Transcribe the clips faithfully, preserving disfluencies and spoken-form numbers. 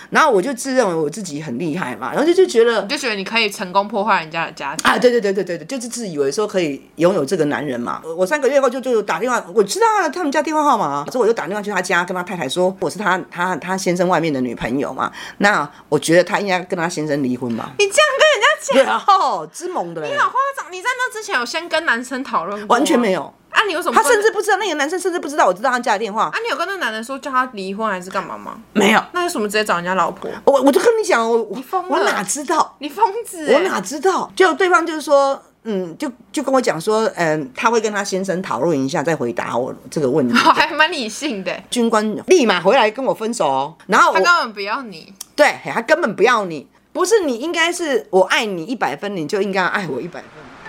然后我就自认为我自己很厉害嘛，然后就就觉得你就觉得你可以成功破坏人家的家庭啊，对对对对对对，就是自以为说可以拥有这个男人嘛。我三个月后就就打电话，我知道他们家电话号码，所以我就打电话去他家，跟他太太说我是他他他先生外面的女朋友嘛。那我觉得他应该跟他先生离婚嘛。 你这样跟人家讲， 哦，之猛的嘞！ 你好夸张！你在那之前有先跟男生讨论过吗？ 完全没有。 啊，你有什么？ 他甚至不知道那个男生，甚至不知道我知道他家的电话。 啊，你有跟那个男人说叫他离婚还是干嘛吗？ 没有。 那为什么直接找人家老婆？ 我我就跟你讲，我你疯了， 我哪知道？ 你疯子、欸！ 我哪知道？就对方就是说，嗯，就就跟我讲说，嗯，他会跟他先生讨论一下，再回答我这个问题。 还蛮理性的。 军官立马回来跟我分手哦，然后他根本不要你。 对，他根本不要你，不是你应该是我爱你一百分，你就应该爱我一百分。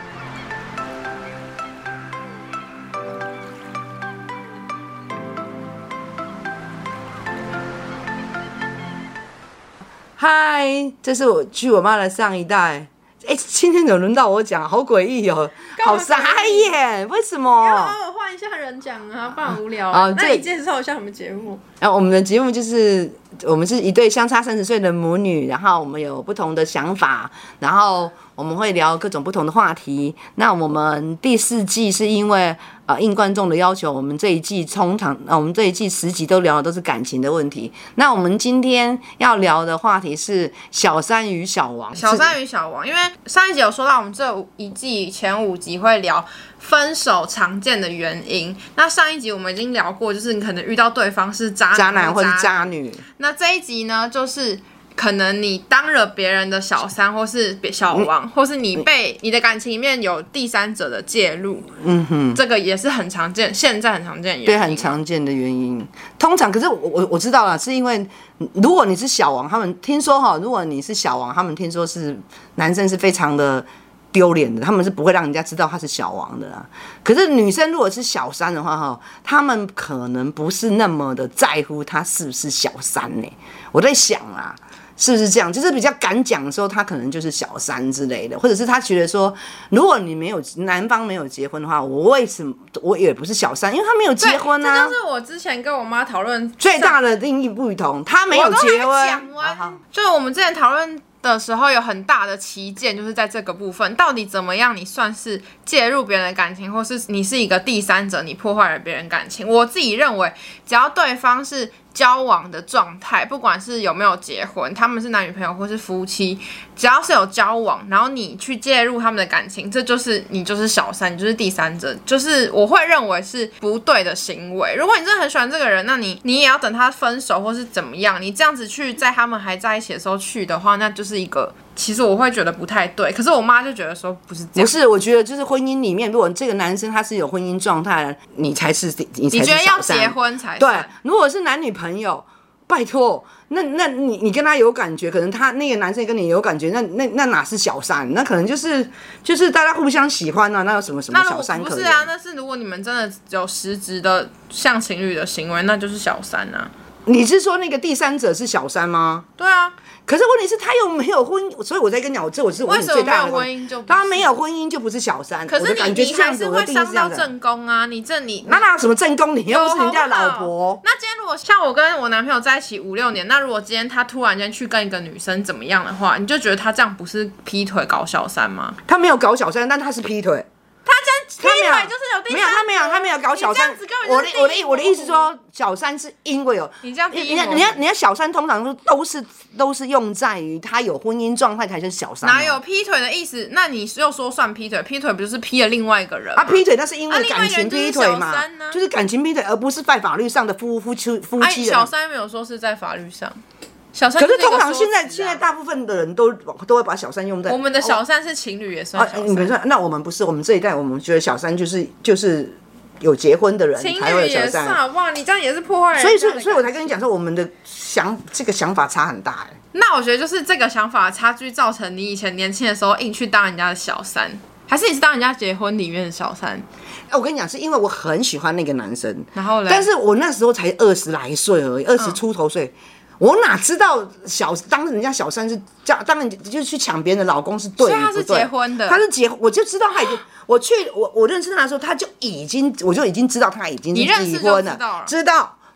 嗨，这是我去我妈的上一代。哎，今天怎么轮到我讲？好诡异哦，好傻眼，为什么？ 要偶尔换一下人讲啊，不然无聊、啊。那你介绍一下我们节目。 啊，我们的节目就是我们是一对相差三十岁的母女，然后我们有不同的想法，然后我们会聊各种不同的话题。那我们第四季是因为呃应观众的要求，我们这一季通常呃我们这一季十集都聊的都是感情的问题。那我们今天要聊的话题是小三与小王。 小三与小王，因为上一集有说到我们这一季前五集会聊分手常见的原因。那上一集我们已经聊过，就是你可能遇到对方是渣男渣男或是渣女。 那这一集呢，就是可能你当了别人的小三，或是小王，或是你被你的感情里面有第三者的介入，嗯哼，这个也是很常见，现在很常见的原因， 对，很常见的原因。通常，可是我我我知道了，是因为如果你是小王，他们听说哈，如果你是小王，他们听说是男生是非常的丢脸的，他们是不会让人家知道他是小王的啦。可是女生如果是小三的话哈，他们可能不是那么的在乎他是不是小三呢、欸。我在想啦。是不是这样？就是比较敢讲的时候，他可能就是小三之类的，或者是他觉得说，如果你没有男方没有结婚的话，我为什么我也不是小三？因为他没有结婚啊。 这就是我之前跟我妈讨论最大的定义不同，他没有结婚。我都还讲完，就是我们之前讨论的时候有很大的旗舰，就是在这个部分，到底怎么样你算是介入别人的感情，或是你是一个第三者，你破坏了别人感情？我自己认为，只要对方是交往的状态，不管是有没有结婚，他们是男女朋友或是夫妻，只要是有交往，然后你去介入他们的感情，这就是你就是小三，你就是第三者，就是我会认为是不对的行为。如果你真的很喜欢这个人，那你你也要等他分手或是怎么样，你这样子去在他们还在一起的时候去的话，那就是一个。其实我会觉得不太对，可是我妈就觉得说不是这样。 不是，我觉得就是婚姻里面，如果这个男生他是有婚姻状态的，你才是你才是小三。 你觉得要结婚才对？如果是男女朋友，拜托，那那你你跟他有感觉，可能他那个男生跟你有感觉，那那那哪是小三？那可能就是就是大家互相喜欢啊，那有什么什么小三可言？ 不是啊，那是如果你们真的有实质的像情侣的行为，那就是小三啊。 你是说那个第三者是小三吗？ 对啊。 可是问题是，他又没有婚姻，所以我在跟你讲，这我是我最大的婚姻就他没有婚姻就不是小三。 可是你你还是会伤到正宫啊！你这你那哪有什么正宫？你又不是人家的老婆。 那今天如果像我跟我男朋友在一起五六年，那如果今天他突然间去跟一个女生怎么样的话，你就觉得他这样不是劈腿搞小三吗？ 他没有搞小三，但他是劈腿。 他这样劈腿就是有第三者， 没有，他没有，他没有搞小三。我的我的我的意思说，小三是因为有你这样劈， 你看，你看，你看，小三通常都是都是用在于他有婚姻状态才是小三。 哪有劈腿的意思？那你又说算劈腿？劈腿不就是劈了另外一个人？ 啊，劈腿那是因为感情劈腿嘛， 啊、 就是、就是感情劈腿，而不是在法律上的夫夫妻夫妻的。 小三没有说是在法律上。小三、 啊、可是通常现在现在大部分的人都都会把小三用在我们的小三是情侣也算小三、 哦啊、你们说那我们不是，我们这一代我们觉得小三就是就是有结婚的人才会有小三。 哇，你这样也是破坏人。 所以所以所以我才跟你讲说，我们的想这个想法差很大哎。 那我觉得就是这个想法的差距造成你以前年轻的时候硬去当人家的小三，还是你是当人家结婚里面的小三？ 我跟你讲，是因为我很喜欢那个男生， 然后嘞， 但是我那时候才二十来岁而已，二十出头岁。嗯，我哪知道小当人家小三是叫当然就是去抢别人的老公是对的， 他是结婚的， 他是结，我就知道他已经，我去我我认识他的时候他就已经，我就已经知道他已经是离婚了， 你认识就知道了， 知道。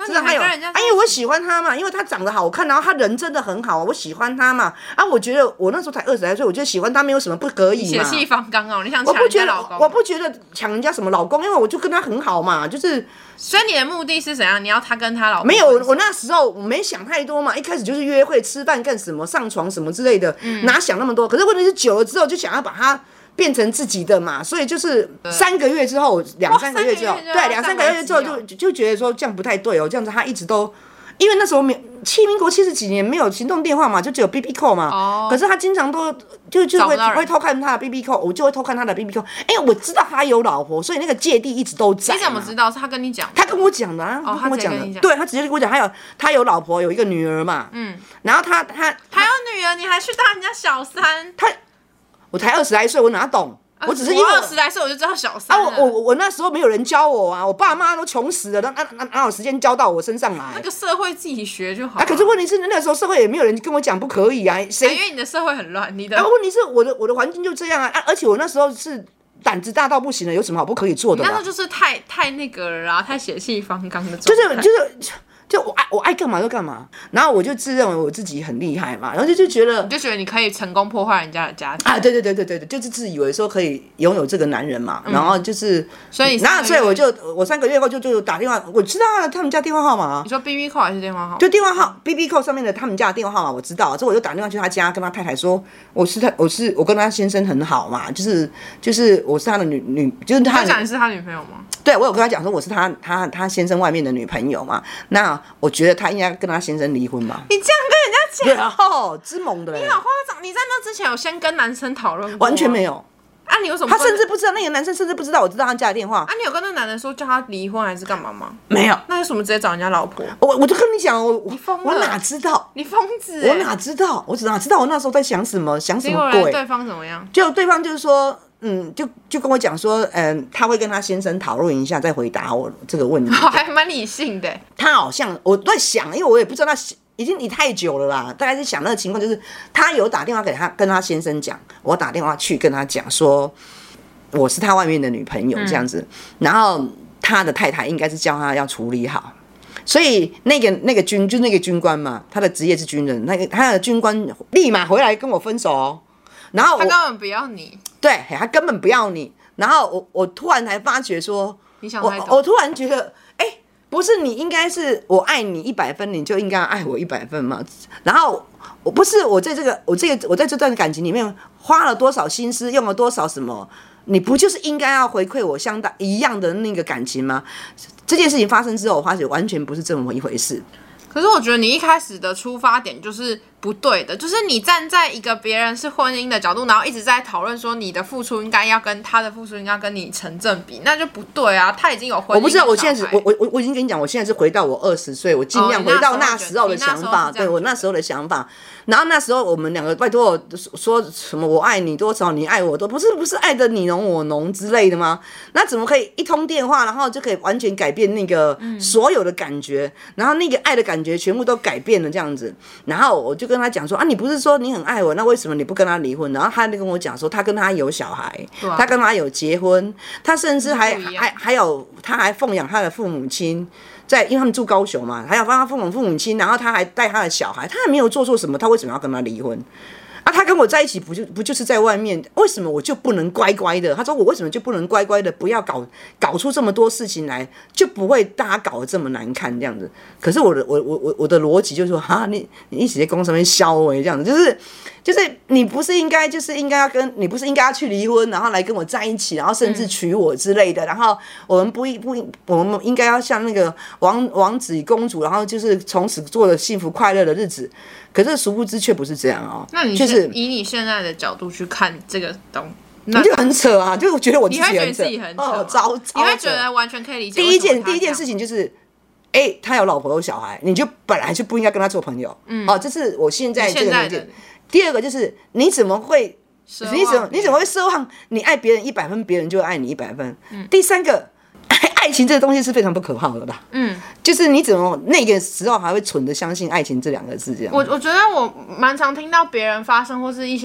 那你知道他有， 还跟人家啊，因为我喜欢他嘛，因为他长得好看，然后他人真的很好，我喜欢他嘛。啊，我觉得我那时候才二十来岁，我觉得喜欢他没有什么不可以嘛。 血气方刚哦，你想抢我不觉得人家老公？ 我不觉得抢人家什么老公，因为我就跟他很好嘛，就是。 所以你的目的是怎样？你要他跟他老公？ 没有，我那时候我没想太多嘛，一开始就是约会、吃饭干什么、上床什么之类的，嗯、哪想那么多？可是问题是久了之后，就想要把它变成自己的嘛，所以就是三个月之后，两三个月之后，对，两三个月之后就就觉得说这样不太对哦，这样子他一直都。因为那时候没七民国七十几年没有行动电话嘛，就只有 B B call 嘛。哦。可是他经常都就就会会偷看他的 B B call， 我就会偷看他的 B B call。因为我知道他有老婆，所以那个芥蒂一直都在。 你怎么知道？是他跟你讲？ 他跟我讲的啊， 哦、 他跟我讲的。 讲对，他直接跟我讲，他有他有老婆，有一个女儿嘛。嗯。然后他他还有女儿，你还去当人家小三？ 他我才二十来岁，我哪懂？我只是因为二十来岁我就知道小三啊，我我我那时候没有人教我啊，我爸妈都穷死了，哪哪哪哪有时间教到我身上来？ 那个社会自己学就好。 啊，可是问题是那个时候社会也没有人跟我讲不可以啊，谁？ 因为你的社会很乱，你的。 啊，问题是我的我的环境就这样啊，啊，而且我那时候是胆子大到不行了，有什么好不可以做的？ 那时候就是太太那个了啊，太血气方刚的。 就是就是。就我爱我爱干嘛就干嘛，然后我就自认为我自己很厉害嘛，然后就就觉得你就觉得你可以成功破坏人家的家庭啊，对对对对对对，就是自以为说可以拥有这个男人嘛，嗯、然后就是， 所以然后所以我就我三个月后就就打电话，我知道他们家电话号码， 你说 B B 扣还是电话号？ 就电话号 B B 扣上面的他们家的电话号码我知道，所以我就打电话去他家跟他太太说，我是他我是我跟他先生很好嘛，就是就是我是他的女女，就是他讲你是他女朋友吗？ 对，我有跟他讲说我是他他他先生外面的女朋友嘛，那我觉得他应该跟他先生离婚吧。 你这样跟人家讲，哦，之猛的嘞！ 你好夸张！你在那之前有先跟男生讨论过？ 完全没有。 啊，你有什么？ 他甚至不知道那个男生甚至不知道我知道他家的电话。 啊，你有跟那个男人说叫他离婚还是干嘛吗？ 没有。 那有什么直接找人家老婆？ 我我就跟你讲，我你疯了， 我哪知道？ 你疯子、欸！ 我哪知道？我只哪知道我那时候在想什么，想什么鬼？ 对方怎么样？ 就对方就是说。嗯，就就跟我讲说，嗯，他会跟他先生讨论一下，再回答我这个问题。 还蛮理性的。 他好像我在想，因为我也不知道他已经离太久了啦，大概是想那个情况，就是他有打电话给他跟他先生讲，我打电话去跟他讲说，我是他外面的女朋友这样子，嗯、然后他的太太应该是叫他要处理好。所以那个那个军就那个军官嘛，他的职业是军人，那个他的军官立马回来跟我分手哦。然后他根本不要你， 对他根本不要你。然后我我突然才发觉说， 你想太多我我突然觉得，哎、欸，不是你应该是我爱你一百分，你就应该爱我一百分嘛。然后我不是我在这个我这个我在这段感情里面花了多少心思，用了多少什么，你不就是应该要回馈我相当一样的那个感情吗？这件事情发生之后，我发觉完全不是这么一回事。 可是我觉得你一开始的出发点就是不对的，就是你站在一个别人是婚姻的角度，然后一直在讨论说你的付出应该要跟他的付出应该跟你成正比，那就不对啊！他已经有婚姻， 我不知道，我现在是我我我我已经跟你讲，我现在是回到我二十岁，我尽量回到那时候的想法，对我那时候的想法。然后那时候我们两个拜托我说什么我爱你多少，你爱我多，不是不是爱的你侬我侬之类的吗？那怎么可以一通电话，然后就可以完全改变那个所有的感觉，然后那个爱的感觉全部都改变了这样子。然后我就跟他讲说啊，你不是说你很爱我，那为什么你不跟他离婚？然后他就跟我讲说，他跟他有小孩， 啊、 他跟他有结婚，他甚至还还还有他还奉养他的父母亲。在，因为他们住高雄嘛，还要帮他父母父母亲，然后他还带他的小孩，他也没有做错什么，他为什么要跟他离婚？啊，他跟我在一起不就不就是在外面？为什么我就不能乖乖的？他说我为什么就不能乖乖的，不要搞搞出这么多事情来，就不会大家搞得这么难看这样子？可是我的我我我我的逻辑就是说，哈，你你一直在公上面消委这样子，就是就是你不是应该就是应该要跟你不是应该要去离婚，然后来跟我在一起，然后甚至娶我之类的，然后我们不不我们应该要像那个王王子与公主，然后就是从此过了幸福快乐的日子。可是殊不知却不是这样哦。 那你就是以你现在的角度去看这个东， 你就很扯啊！就觉得我自己很扯， 你会觉得自己很扯， 哦，糟糟。 你会觉得完全可以理解。 第一件第一件事情就是，哎、欸，他有老婆有小孩，你就本来就不应该跟他做朋友。嗯，哦，这是我现在这个年纪。第二个就是，你怎么会？你怎么你怎么会奢望你爱别人一百分，别人就会爱你一百分？嗯。第三个。爱情这个东西是非常不可靠的啦，嗯，就是你怎么那个时候还会蠢的相信爱情这两个字这样？ 我我觉得我蛮常听到别人发生或是一些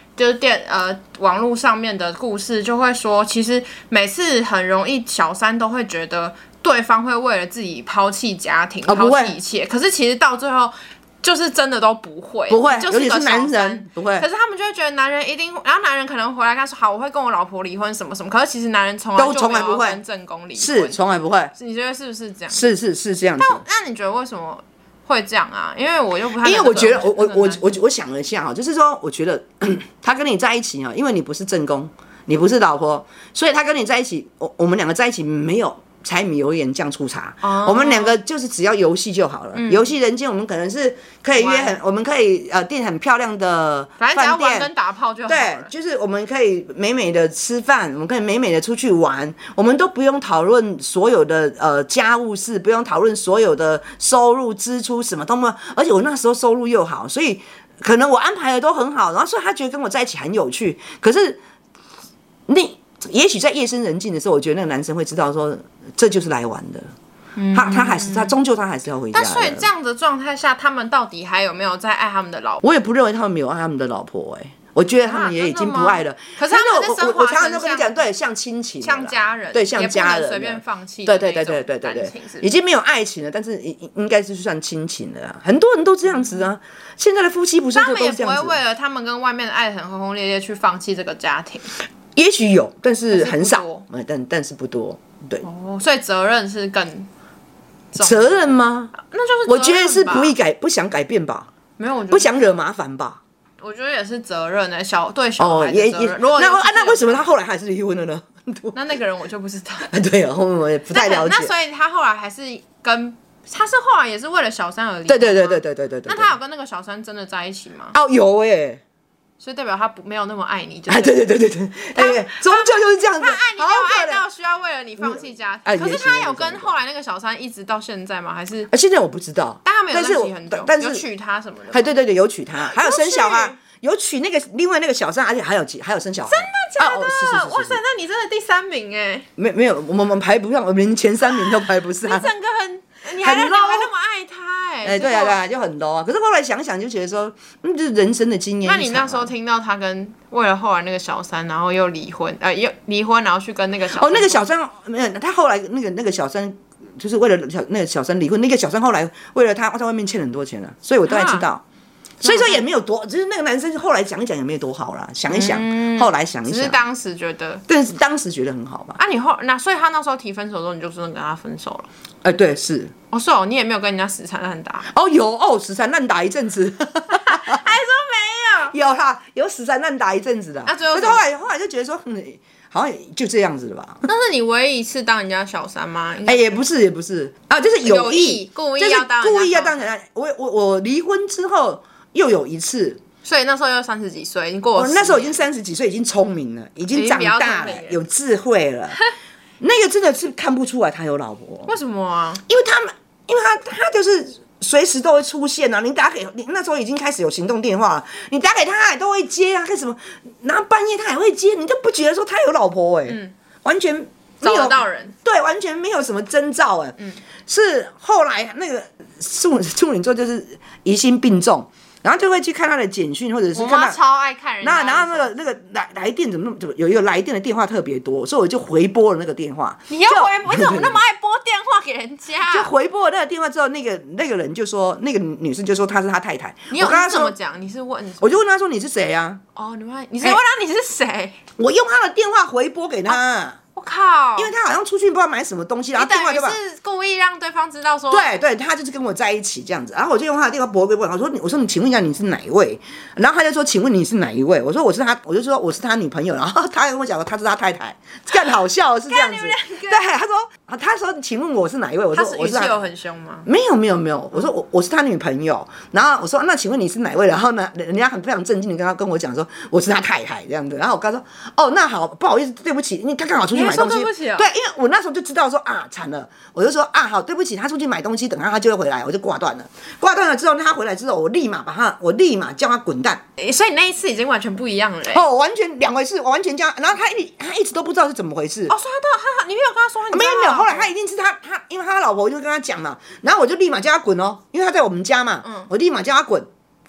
就是电呃网络上面的故事，就会说，其实每次很容易小三都会觉得对方会为了自己抛弃家庭、 哦、 抛弃一切，可是其实到最后。就是真的都不会， 不会， 就是个尤其是男人不会。 可是他们就会觉得男人一定，然后男人可能回来跟他说好，我会跟我老婆离婚什么什么。可是其实男人从来就没有跟正宫离婚， 是从来不会。 你觉得是不是这样？ 是是是这样子。 那那你觉得为什么会这样啊？因为我又不太、 因为我觉得我我我我我想了一下哈，就是说我觉得他跟你在一起哈，因为你不是正宫，你不是老婆，所以他跟你在一起，我我们两个在一起没有。柴米油盐酱醋茶， oh. 我们两个就是只要游戏就好了。游戏、嗯、人间，我们可能是可以约很，我们可以呃订很漂亮的饭店， 反正只要玩跟打炮就好了。 对，就是我们可以美美的吃饭，我们可以美美的出去玩，我们都不用讨论所有的呃家务事，不用讨论所有的收入支出，什么都没有。而且我那时候收入又好，所以可能我安排的都很好，然后所以他觉得跟我在一起很有趣。可是你。也许在夜深人静的时候，我觉得那个男生会知道说，这就是来玩的。嗯、他他还是他终究他还是要回家的。 但所以这样的状态下，他们到底还有没有在爱他们的老婆？ 我也不认为他们没有爱他们的老婆、欸，哎，我觉得他们也已经不爱了。 啊、可是他们的生活我常常都跟你讲，对，像亲情， 像家人， 对，像家人， 随便放弃。 对对对对对对对，已经没有爱情了，但是应应该是算亲情了啦。很多人都这样子啊，现在的夫妻不是都这样子。 他们也不会为了他们跟外面的爱很轰轰烈烈去放弃这个家庭。 也许有，但是很少，但但是不多，对。 哦，所以责任是更重。 责任吗？ 那就是我觉得是不易改，不想改变吧。 没有，我觉得不想惹麻烦吧。 我觉得也是责任呢、欸，小对小孩的责任。 哦、如果那啊，那为什么他后来还是离婚了呢？ 那那个人我就不知道。 对啊，我也不太了解。 那所以他后来还是跟他是后来也是为了小三而离婚。 对对对对对对对对。 那他有跟那个小三真的在一起吗？ 哦，有哎、欸。 所以代表他不没有那么爱你，就是哎，对对对对对，哎，终究就是这样子。 他爱你没有爱到需要为了你放弃家庭。 嗯、 可是他有跟后来那个小三一直到现在吗？还是？ 啊，现在我不知道。 但他们有在一起很久， 但是有娶她什么的。 哎，对对对，有娶她，还有生小孩，有娶那个另外那个小三，而且还有还有生小孩。 真的假的？ 哦、是是是是哇塞，那你真的第三名哎！ 没没有，我们我们排不上，我们连前三名都排不上。 你整个很。你还, 你还那么爱他哎、欸！ 哎、欸，对啊，对啊，就很 low 啊。可是后来想想，就觉得说，嗯，就是人生的经验、啊。 那你那时候听到他跟为了后来那个小三，然后又离婚，呃，又离婚，然后去跟那个小哦，那个小三没有，他后来那个那个小三就是为了小那个小三离婚，那个小三后来为了他在外面欠很多钱了，所以我大概知道。啊所以说也没有多，就是那个男生后来讲一讲也没有多好啦，想一想，嗯、后来想一想， 只是当时觉得， 但是当时觉得很好吧。 啊，你后那所以他那时候提分手的时候，你就真的跟他分手了。 哎、欸，对，是。 哦，是哦，你也没有跟人家死缠烂打。 哦，有哦，死缠烂打一阵子。 还说没有？ 有啦，有死缠烂打一阵子的。 啊，最后可是后来后来就觉得说，嗯，好像就这样子了吧。 那是你唯一一次当人家小三吗？ 哎、欸，也不是，也不是啊，就是有意故意要当人家故意要当人家。我我我离婚之后。又有一次， 所以那时候又三十几岁，已经过了。 我那时候已经三十几岁，已经聪明了，已经长大了，有智慧了。那个真的是看不出来他有老婆。 为什么啊？ 因为他们，因为他他就是随时都会出现啊。你打给你那时候已经开始有行动电话了，你打给他，他也都会接啊。干什么？然后半夜他也会接，你就不觉得说他有老婆哎、欸？嗯，完全没有找得到人， 对，完全没有什么征兆哎、欸。嗯，是后来那个处处女座就是疑心病重。然后就会去看他的简讯，或者是看他。 我妈超爱看人家。 然后，然后那个那个来来电怎么那么有一个来电的电话特别多，所以我就回拨了那个电话。 你要回拨？你怎么那么爱拨电话给人家？ 就回拨了那个电话之后，那个那个人就说，那个女生就说她是他太太。 你有跟他怎么讲？你是问？ 我就问他说你是谁啊？ 哦，你问你是问他你是谁？ 我用他的电话回拨给他。 哦我靠！ 因为他好像出去不知道买什么东西，然后电话就把。 你是故意让对方知道说。 对对，他就是跟我在一起这样子，然后我就用他的电话拨给我，我说我说你请问一下你是哪一位？然后他就说请问你是哪一位？我说我是他，我就说我是他女朋友，然后他跟我讲说他是他太太，更好笑是这样子。对，他说他说请问我是哪一位？我说我是他。 语气有很凶吗？ 没有没有没有，我说我我是他女朋友，然后我说那请问你是哪位？然后呢，人家很非常震惊的跟他跟我讲说我是他太太这样子，然后我跟他说哦那好不好意思对不起，你刚刚好出去买东西。 对不起啊。 对，因为我那时候就知道说啊惨了，我就说啊好对不起，他出去买东西，等下他就会回来，我就挂断了。挂断了之后，他回来之后，我立马把他，我立马叫他滚蛋。 欸、所以那一次已经完全不一样了、欸。 哦，完全两回事，我完全叫他，然后他一他一直都不知道是怎么回事。 哦，所以他他你没有跟他说他？ 没有没有，后来他一定是他他，因为他老婆就跟他讲嘛，然后我就立马叫他滚哦，因为他在我们家嘛，嗯、我立马叫他滚。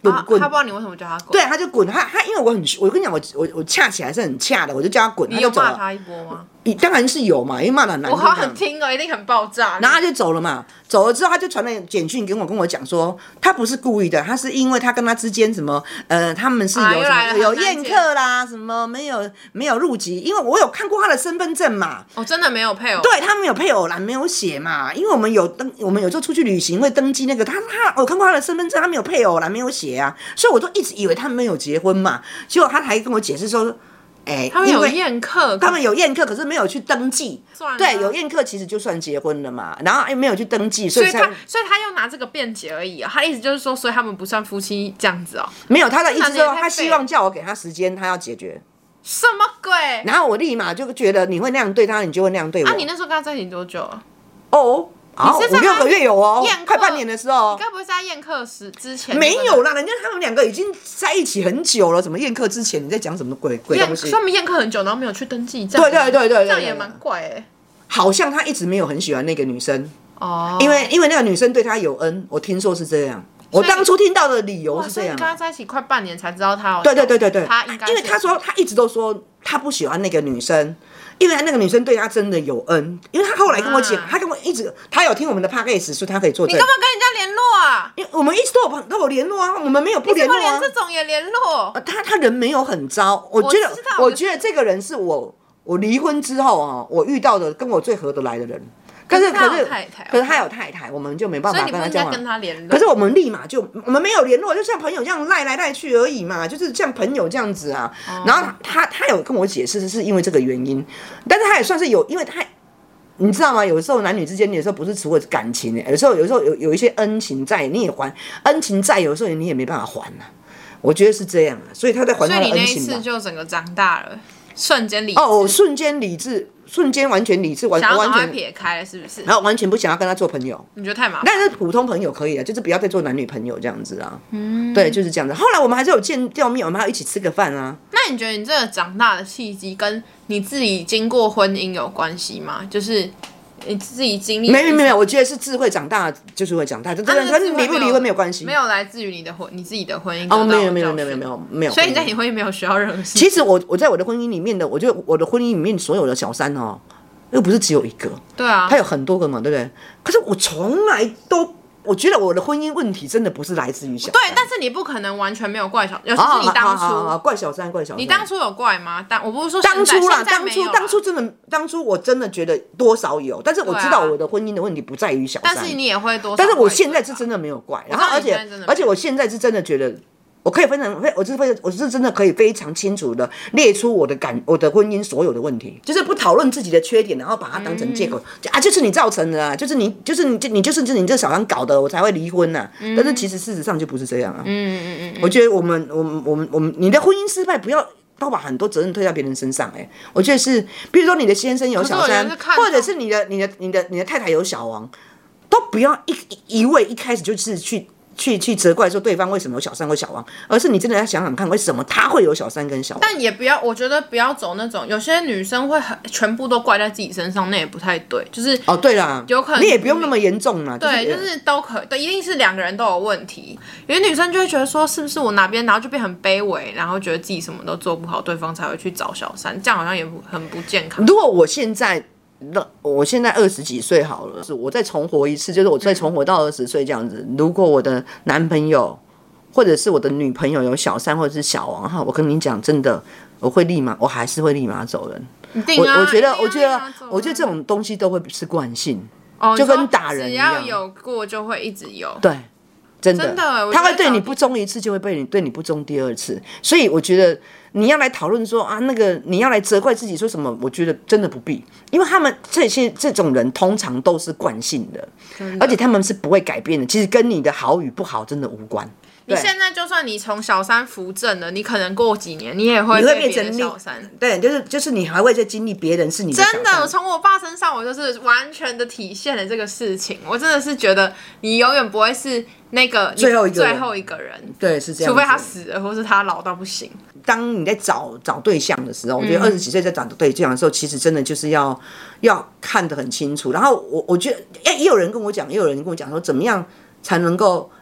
滚滚、 啊，他不知道你为什么叫他滚。 对，他就滚，他他因为我很，我跟你讲，我我我恰起来是很恰的，我就叫他滚， 你有他就走了。 骂他一波吗？ 你当然是有嘛，因为骂的很难听、啊。 我好想听哦，一定很爆炸。 然后他就走了嘛，走了之后他就传了简讯给我，跟我讲说他不是故意的，他是因为他跟他之间什么呃，他们是有什么、 啊、 有宴客啦，什么没有没有入籍，因为我有看过他的身份证嘛。 哦，真的没有配偶？ 对，他没有配偶栏没有写嘛，因为我们有登，我们有时候出去旅行会登记那个，他他我看过他的身份证，他没有配偶栏没有写啊，所以我都一直以为他们没有结婚嘛，结果他还跟我解释说。哎、欸， 他们有宴客， 他们有宴客，可是没有去登记。 算了， 对，有宴客其实就算结婚了嘛，然后又没有去登记，所以所以他，所以他又拿这个辩解而已啊。他意思就是说，所以他们不算夫妻这样子哦。 没有，他的意思就是说，他希望叫我给他时间，他要解决。 什么鬼？ 然后我立马就觉得你会那样对他，你就会那样对我。 啊，你那时候跟他在一起多久了？ 哦。好，五六个月有哦，快半年的时候。 你该不会是在宴客时之前？ 没有啦，人家他们两个已经在一起很久了，怎么宴客之前？你在讲什么鬼鬼东西？ 他们宴客很久，然后没有去登记， 对对对对对， 这样也蛮怪哎、欸。 好像他一直没有很喜欢那个女生哦， 因为因为那个女生对他有恩，我听说是这样。我当初听到的理由是这样、啊。 你跟他在一起快半年才知道他有。 对对对对对， 他应该因为他说他一直都说他不喜欢那个女生。因为那个女生对他真的有恩，因为他后来跟我讲，嗯、他跟我一直，他有听我们的 podcast， 所以他可以作证。 你干嘛跟人家联络啊？ 因为我们一直都有都有联络啊，我们没有不联络啊。 你怎么连这种也联络？ 呃、他他人没有很糟，我觉得，我, 我觉得这个人是我我离婚之后啊，我遇到的跟我最合得来的人。可是可是可是他有太太，我们就没办法跟他交往。 跟他联络。 可是我们立马就我们没有联络，就像朋友这样赖来赖去而已嘛，就是像朋友这样子啊。哦、然后他他有跟我解释是因为这个原因，但是他也算是有，因为他你知道吗？有时候男女之间，有时候不是除了感情，有时候有时候有有一些恩情债你也还，恩情债有时候你也没办法还啊。我觉得是这样啊，所以他在还他的恩情吧。 所以你那一次就整个长大了，瞬间理智哦，瞬间理智。瞬间完全理智，完想要完全撇开了，是不是？ 然后完全不想要跟他做朋友， 你觉得太麻烦？ 但是普通朋友可以的，就是不要再做男女朋友这样子啊。嗯，对，就是这样子。后来我们还是有见掉面，我们还要一起吃个饭啊。 那你觉得你这个长大的契机跟你自己经过婚姻有关系吗？就是你自己经历？ 没有没有，我觉得是智慧长大就是会长大，这跟跟离不离婚没有关系， 没有来自于你的婚你自己的婚姻哦，没有没有没有没有没有没有。 所以你在你婚姻没有学到任何事。 其实我我在我的婚姻里面的，我觉得我的婚姻里面所有的小三哦。又不是只有一个， 对啊， 他有很多个嘛，对不对？可是我从来都，我觉得我的婚姻问题真的不是来自于小三， 对，但是你不可能完全没有怪小，尤其是你当初好好好好怪小三，怪小三。 你当初有怪吗？当我不是说当初啦，当初啦当初真的，当初我真的觉得多少有，但是我知道我的婚姻的问题不在于小三， 但是你也会多少， 但是我现在是真的没有怪，然后而且而且我现在是真的觉得。我可以非常，我是非，我是真的可以非常清楚的列出我的感，我的婚姻所有的问题，就是不讨论自己的缺点，然后把它当成借口、嗯、啊，就是你造成的啊，就是你，就是你，你就是你这小三搞的，我才会离婚呐、啊嗯。但是其实事实上就不是这样啊。嗯嗯嗯。我觉得我们，我们，我们，我们，你的婚姻失败，不要都把很多责任推到别人身上、欸。哎，我觉得是，比如说你的先生有小三，或者是你的、你的、你的、你的太太有小王，都不要一一味一开始就是去。去去责怪说对方为什么有小三或小王，而是你真的要想想看为什么他会有小三跟小王。 但也不要，我觉得不要走那种有些女生会很全部都怪在自己身上，那也不太对。就是哦，对啦， 有可能你也不用那么严重嘛。 对，就是、就是都可对，一定是两个人都有问题。有些女生就会觉得说，是不是我哪边，然后就变很卑微，然后觉得自己什么都做不好，对方才会去找小三，这样好像也不很不健康。 如果我现在。那我现在二十几岁好了，是我再重活一次，就是我再重活到二十岁这样子。如果我的男朋友或者是我的女朋友有小三或者是小王哈，我跟你讲，真的，我会立马，我还是会立马走人。 一定啊！ 我我觉得， 啊、 我觉得，我觉得这种东西都会是惯性， 哦、 就跟打人一样， 只要有过就会一直有。 对。真的， 真的他会对你不忠一次，就会被你对你不忠第二次。所以我觉得你要来讨论说啊，那个你要来责怪自己说什么，我觉得真的不必，因为他们这些这种人通常都是惯性的，而且他们是不会改变的。其实跟你的好与不好真的无关。 你现在就算你从小三扶正了，你可能过几年你也会你会变成小三。 对，就是就是你还会再经历别人是你的小三。 真的，从我爸身上，我就是完全的体现了这个事情。我真的是觉得你永远不会是那个最后一个人最后一个人。 对，是这样。 除非他死了，或是他老到不行。 当你在找找对象的时候，我觉得二十几岁在找对象的时候，嗯、其实真的就是要要看得很清楚。然后我我觉得，哎，也有人跟我讲，也有人跟我讲说，怎么样才能够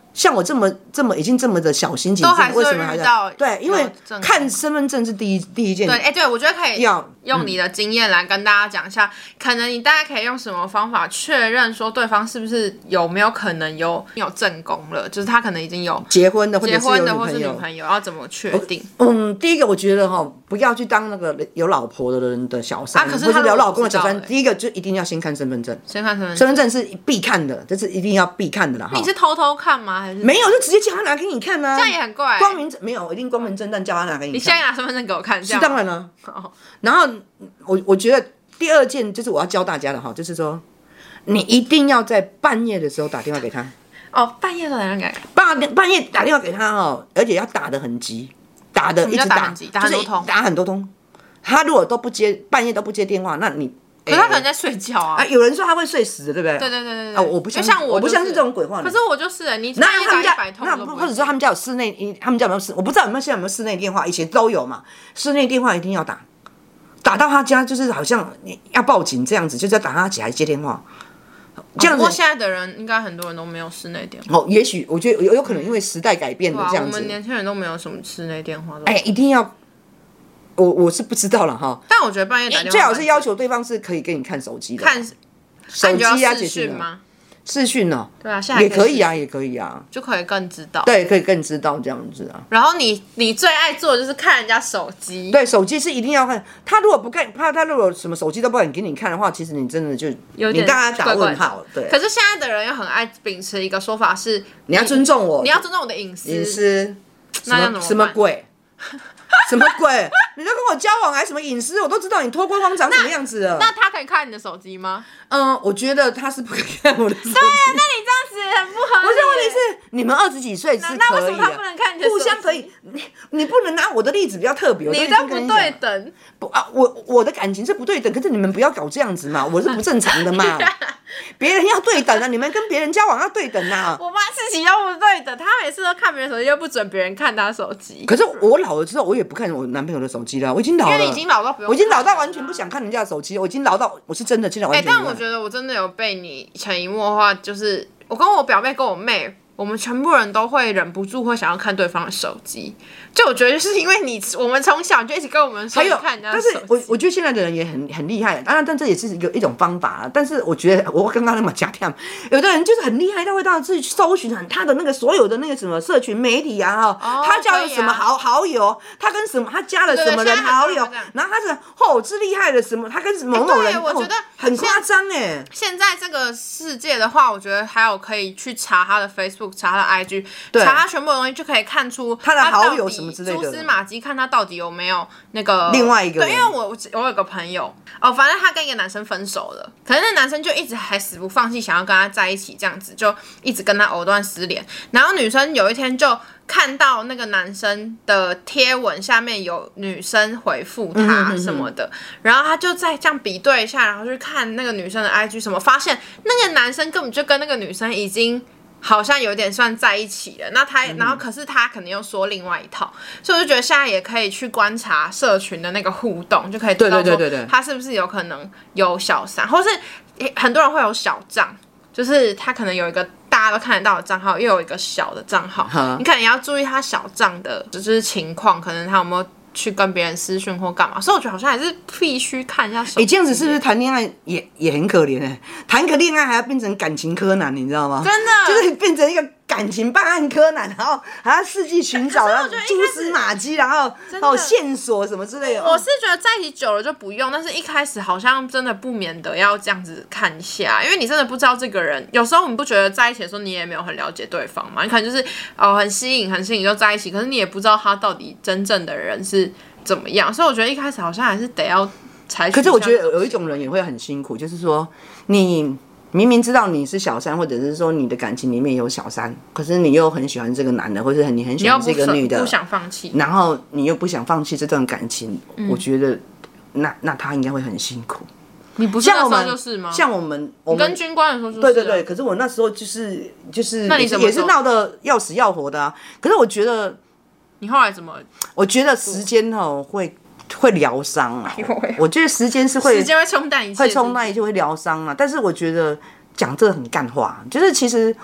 像我这么这么已经这么的小心谨慎，为什么还在？对，因为看身份证是第一第一件。 对，哎、欸，对，我觉得可以要用你的经验来跟大家讲一下，嗯、可能你大概可以用什么方法确认说对方是不是有没有可能有有正宫了，就是他可能已经有结婚的或者结婚的或是女朋友，要怎么确定？ 嗯，第一个我觉得哈，不要去当那个有老婆的人的小三，啊、可是他有老公的小三。第一个就一定要先看身份证， 先看身份证， 身份证是必看的，这是一定要必看的啦。 你是偷偷看吗？还是没有就直接叫他拿给你看呢、啊？ 这样也很怪、欸。 光明正没有，我一定光明正大叫他拿给你看。 你现在拿身份证给我看， 是当然了。哦、然后我我觉得第二件就是我要教大家的哈，就是说你一定要在半夜的时候打电话给他。 哦，半夜的打电话给半半夜打电话给他哦，而且要打得很急，打的一直打， 打很多通， 打很多通。他如果都不接，半夜都不接电话，那你。 可是他可能在睡觉啊！ 啊，有人说他会睡死的，对不对？ 对对对对对。 啊，我不相信， 像我我不相信这种鬼话。 可是我就是，你那他们家那或者说他们家有室内，他们家有没有室？我不知道有没有现在有没有室内电话，以前都有嘛。室内电话一定要打，打到他家就是好像要报警这样子，就是要打他起来接电话。这样子。 不过现在的人应该很多人都没有室内电话。 哦，也许我觉得有有可能因为时代改变了这样子。 我们年轻人都没有什么室内电话。 哎，一定要。我我是不知道了哈， 但我觉得半夜打电话最好是要求对方是可以给你看手机的， 看手机啊， 视讯吗？ 视讯哦， 对啊，现在也可以啊，也可以啊， 就可以更知道， 对，可以更知道这样子啊。 然后你你最爱做的就是看人家手机， 对，手机是一定要看。他如果不看，怕他如果什么手机都不敢给你看的话，其实你真的就有点你大家打问号。对， 可是现在的人又很爱秉持一个说法是， 你要尊重我， 你要尊重我的隐私， 隐私， 那要怎么什么鬼？什么鬼？你就跟我交往还什么隐私？我都知道你脱光光长什么样子了。 那他可以看你的手机吗？ 嗯，我觉得他是不可以看我的手机。对啊，那你这样子很不合理。 不是，问题是你们二十几岁是可以的， 那为什么他不能看你的手机？ 互相可以，你你不能拿我的例子比较特别。 你这不对等。 不啊，我我的感情是不对等，可是你们不要搞这样子嘛，我是不正常的嘛。别人要对等啊，你们跟别人交往要对等啊。 我妈自己又不对等，她每次都看别人手机，又不准别人看她手机。 可是我老了之后，我也不看我男朋友的手机了，我已经老了。 因为你已经老到不用， 我已经老到完全不想看人家的手机，我已经老到我是真的现在完全。 哎、欸，但我觉得我真的有被你潜移默化，就是我跟我表妹跟我妹。我们全部人都会忍不住会想要看对方的手机，就我觉得就是因为你，我们从小就一直跟我们说看人家的手机。但是我我觉得现在的人也很很厉害，当然，但这也是一个一种方法啦。但是我觉得我刚刚那么讲，有的人就是很厉害，他会到自己去搜寻他的那个所有的那个什么社群媒体啊，哈、哦，他交了什么好好友，他跟什么他加了什么人好友，然后他是哦是厉害的什么，他跟某某人， 欸、我觉得、哦、 很夸张哎。 现在这个世界的话，我觉得还有可以去查他的 Facebook。查他的 I G， 查他全部的东西，就可以看出他的好友什么之类的， 蛛丝马迹，看他到底有没有那个另外一个人。 对，因为我我有个朋友哦，反正他跟一个男生分手了，可是那男生就一直还死不放弃，想要跟他在一起，这样子就一直跟他藕断丝连。然后女生有一天就看到那个男生的贴文下面有女生回复他什么的，嗯、哼哼然后他就再这样比对一下，然后去看那个女生的 I G 什么，发现那个男生根本就跟那个女生已经。好像有点算在一起了，那他，然后可是他可能又说另外一套，所以我就觉得现在也可以去观察社群的那个互动，就可以知道说他是不是有可能有小三，或是很多人会有小账，就是他可能有一个大家都看得到的账号，又有一个小的账号，你可能也要注意他小账的就是情况，可能他有没有。去跟别人私讯或干嘛，所以我觉得好像还是必须看一下手机。 哎、欸，这样子是不是谈恋爱也也很可怜哎、欸？谈个恋爱还要变成感情柯南，你知道吗？ 真的， 就是变成一个感情办案柯南，然后还要伺机寻找，然后蛛丝马迹，然后哦线索什么之类的。 我是觉得在一起久了就不用，但是一开始好像真的不免得要这样子看一下，因为你真的不知道这个人。有时候你不觉得在一起的时候你也没有很了解对方嘛？你可能就是哦很吸引很吸引就在一起，可是你也不知道他到底真正的人是怎么样，所以我觉得一开始好像还是得要采取。 可是我觉得有一种人也会很辛苦，就是说你。明明知道你是小三，或者是说你的感情里面有小三，可是你又很喜欢这个男的，或者你很喜欢这个女的， 不想放弃， 然后你又不想放弃这段感情，嗯、我觉得那那他应该会很辛苦。 你不是那时候就是吗？ 像我们，我们跟军官的时候就是、啊， 对对对。可是我那时候就是就是那你怎么也是闹得要死要活的啊。可是我觉得你后来怎么？ 我觉得时间哦会。会疗伤啊！我觉得时间是会， 时间会冲淡一切， 会冲淡一切，会疗伤啊。但是我觉得讲这个很干话，就是其实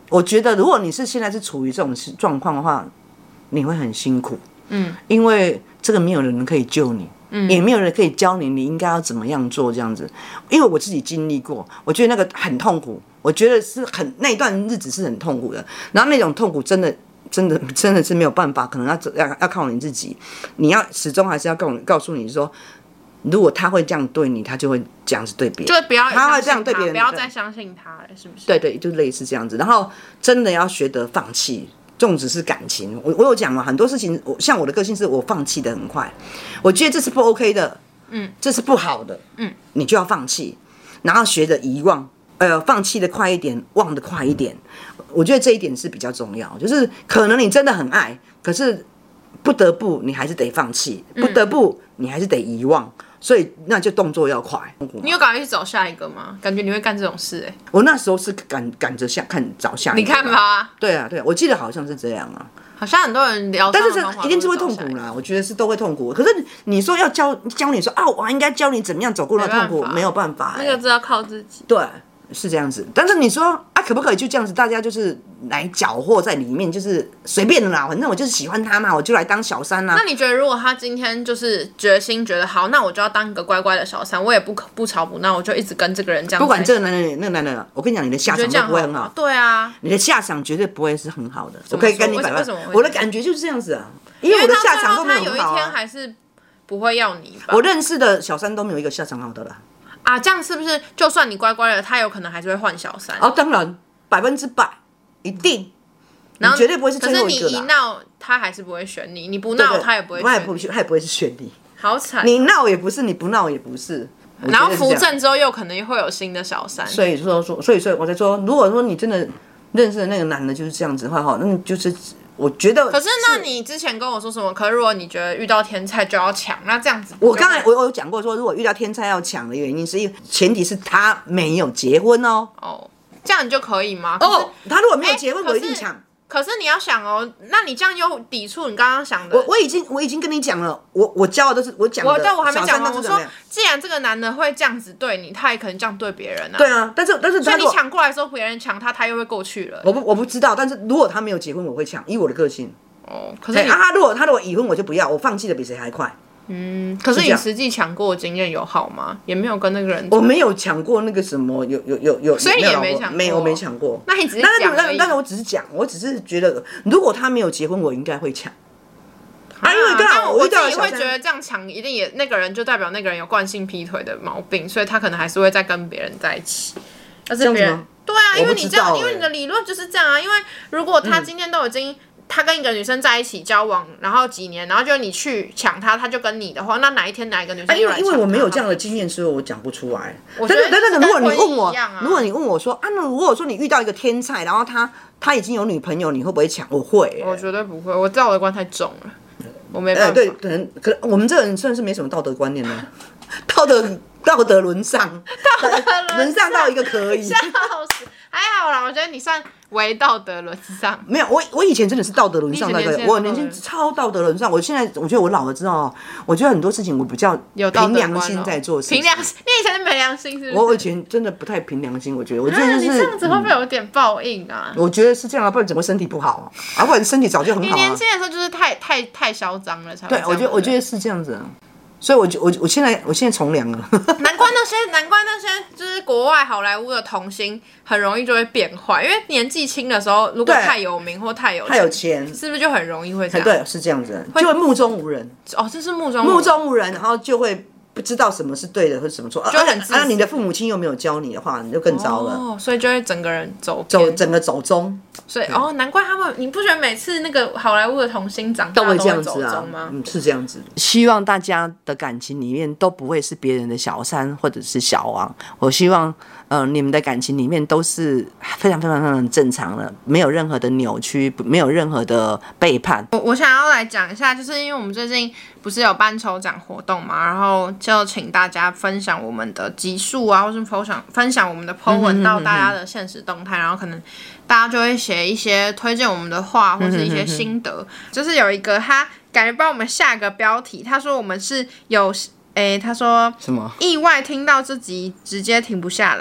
我觉得如果你是现在是处于这种状况的话，你会很辛苦，嗯，因为这个没有人可以救你。嗯，也没有人可以教你，你应该要怎么样做这样子。因为我自己经历过，我觉得那个很痛苦，我觉得是很那一段日子是很痛苦的。然后那种痛苦真的、真的、真的是没有办法，可能要要要靠你自己。你要始终还是要告告诉你说，如果他会这样对你，他就会这样子对别人， 就不要他会这样对别人， 不要再相信他了，是不是？ 对对，就类似这样子。然后真的要学得放弃。重只是感情，我我有讲嘛，很多事情，我像我的个性是我放弃的很快，我觉得这是不 OK 的，嗯，这是不好的，嗯，你就要放弃，然后学着遗忘，呃，放弃的快一点，忘的快一点，我觉得这一点是比较重要，就是可能你真的很爱，可是不得不你还是得放弃，不得不你还是得遗忘。所以那就动作要快。 你有赶快去找下一个吗？感觉你会干这种事哎、欸。 我那时候是赶赶着下看找下一个。 你看吧。 对啊，对啊，我记得好像是这样啊。 好像很多人聊， 但是这一定是会痛苦啦，我觉得是都会痛苦。可是你说要教教你说啊，我应该教你怎么样走过那痛苦，没有办法、 欸，那个是要靠自己。 对。是这样子，但是你说啊，可不可以就这样子？大家就是来搅和在里面，就是随便的啦，反正我就是喜欢他嘛，我就来当小三啦。 那你觉得，如果他今天就是决心觉得好，那我就要当一个乖乖的小三，我也不不吵不闹，我就一直跟这个人这样。 不管这个男人那个男人，我跟你讲，你的下场都不会很好。 对啊， 你的下场绝对不会是很好的。我可以跟你讲，我的感觉就是这样子啊， 因为我的下场都没有很好、啊。他有一天还是不会要你吧？ 我认识的小三都没有一个下场好的啦。 啊，这样是不是就算你乖乖了，他有可能还是会换小三？ 哦，当然，百分之百，一定， 然后你绝对不会是最后一个啦。 可是你一闹，他还是不会选你；你不闹，他也不会选你。 他也不会，他也不会是选你。 好惨！ 你闹也不是，你不闹也不是。 然后扶正之后，又可能会有新的小三。 所以说说，所以所以我在说，如果说你真的认识的那个男的就是这样子的话，哈，那就是。我觉得， 可是那你之前跟我说什么？可是如果你觉得遇到天菜就要抢，那这样子， 我刚才我有讲过说，如果遇到天菜要抢的原因，是因为前提是他没有结婚哦。 哦，这样你就可以吗？ 哦，他如果没有结婚，我一定抢。 可是你要想哦，那你这样又抵触你刚刚想的。 我我已经我已经跟你讲了，我我教的都是我讲的。 我但我还没讲完，我说既然这个男的会这样子对你，他也可能这样对别人啊。 对啊，但是但是所以你抢过来的时候，别人抢他，他又会过去了。 我不我不知道，但是如果他没有结婚，我会抢，以我的个性。 哦，可是啊，他如果他如果已婚，我就不要，我放弃的比谁还快。 嗯，可是你实际抢过的经验有好吗？也没有跟那个人， 我没有抢过那个什么，有有有有， 所以你也没抢过， 没有没抢过。 那你只是讲而已。 但是我只是讲，我只是觉得，如果他没有结婚，我应该会抢。 啊，因为刚好我自己会觉得这样抢，一定也那个人就代表那个人有惯性劈腿的毛病，所以他可能还是会再跟别人在一起。但是别人对啊，因为你这样，因为你的理论就是这样啊。因为如果他今天都已经。他跟一个女生在一起交往，然后几年，然后就你去抢他，他就跟你的话，那哪一天哪一个女生又来抢他？ 因为我没有这样的经验，所以我讲不出来。 我觉得， 但是如果你问我， 啊、 如果你问我说啊，那如果说你遇到一个天才，然后他他已经有女朋友，你会不会抢？我会、欸， 我绝对不会，我道德观太重了，我没办法。呃、 对，可能可能我们这个人算是没什么道德观念的，道德道德沦丧， 道德沦丧到一个可以。 笑死，还好啦，我觉得你算为道德沦丧。 没有，我我以前真的是道德沦丧那个，我年轻超道德沦丧。我现在我觉得我老了之后，我觉得很多事情我比较凭良心在做事情。 凭良心，你以前是没良心是不是？ 我以前真的不太凭良心，我觉得，我觉得就是、 啊、你这样子会不会有点报应啊？ 我觉得是这样啊，不然怎么身体不好啊？啊，不然身体早就很好、啊。 你年轻的时候就是太太太嚣张了，才会。 对，我觉得我觉得是这样子、啊。所以我，我我我现在我现在从良了。 难怪那些难怪那些就是国外好莱坞的童星很容易就会变坏，因为年纪轻的时候如果太有名或太有太有钱， 是不是就很容易会这样？ 对，是这样子，就会目中无人。 哦，这是目中目中无人，然后就会不知道什么是对的或什么错， 就很自私。 啊，你的父母亲又没有教你的话，你就更糟了。 哦，所以就会整个人走走整个走中。 所以哦，难怪他们，你不觉得每次那个好莱坞的童星长大都会这样子啊？ 嗯，是这样子。希望大家的感情里面都不会是别人的小三或者是小王。我希望，呃，你们的感情里面都是非常非常非常正常的，没有任何的扭曲，没有任何的背叛。 我我想要来讲一下，就是因为我们最近不是有办抽奖活动嘛，然后就请大家分享我们的集数啊，或是分享分享我们的 po 文到大家的现实动态，然后可能大家就会写一些推荐我们的话或是一些心得。就是有一个他感觉帮我们下个标题，他说我们是有诶，他说什么意外听到这集直接停不下来。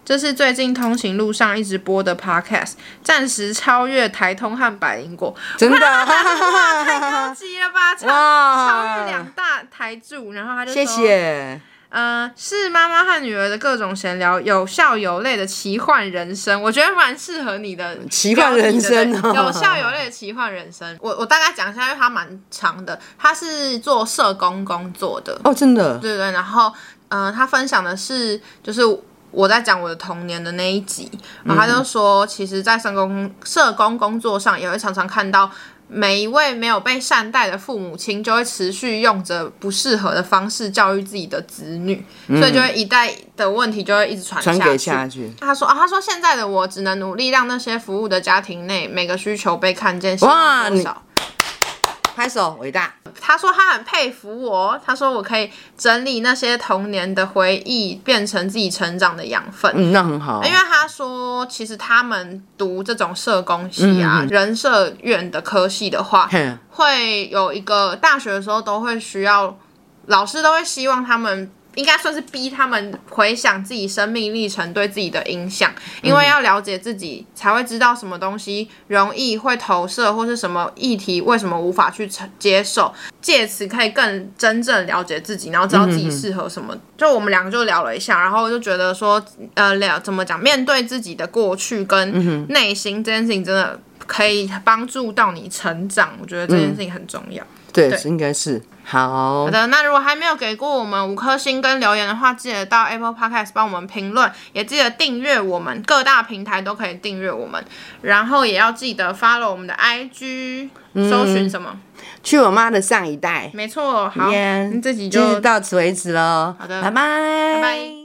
这是最近通勤路上一直播的 podcast， 暂时超越台通和百灵果， 真的哇太高级了吧，超超越两大台柱，然后他就说谢谢。 呃，是妈妈和女儿的各种闲聊，有笑有泪的奇幻人生，我觉得蛮适合你的奇幻人生哦，有笑有泪的奇幻人生。我我大概讲一下，因为它蛮长的，他是做社工工作的哦，真的， 对对，然后呃，他分享的是就是我在讲我的童年的那一集，然后他就说，其实，在社工社工工作上，也会常常看到。每一位没有被善待的父母亲，就会持续用着不适合的方式教育自己的子女，嗯、所以就会一代的问题就会一直传下去。 传给下去。 他说啊，他说现在的我只能努力让那些服务的家庭内每个需求被看见，希望多少。 拍手，伟大。 他说他很佩服我，他说我可以整理那些童年的回忆，变成自己成长的养分。 嗯，那很好。 因为他说，其实他们读这种社工系啊、嗯、人社院的科系的话，会有一个大学的时候都会需要，老师都会希望他们。应该算是逼他们回想自己生命历程对自己的影响，因为要了解自己，才会知道什么东西容易会投射，或是什么议题为什么无法去接受，借此可以更真正了解自己，然后知道自己适合什么。嗯、就我们两个就聊了一下，然后就觉得说，呃，聊怎么讲，面对自己的过去跟内心这件事情，真的可以帮助到你成长。我觉得这件事情很重要。嗯、 对，对应该是。好好的，那如果还没有给过我们五颗星跟留言的话，记得到 Apple Podcast 帮我们评论，也记得订阅我们，各大平台都可以订阅我们，然后也要记得 follow 我们的 I G，、嗯、搜寻什么？ 去我妈的上一代。 没错，好， yeah, 这集就到此为止咯。 好的， 拜拜， 拜拜。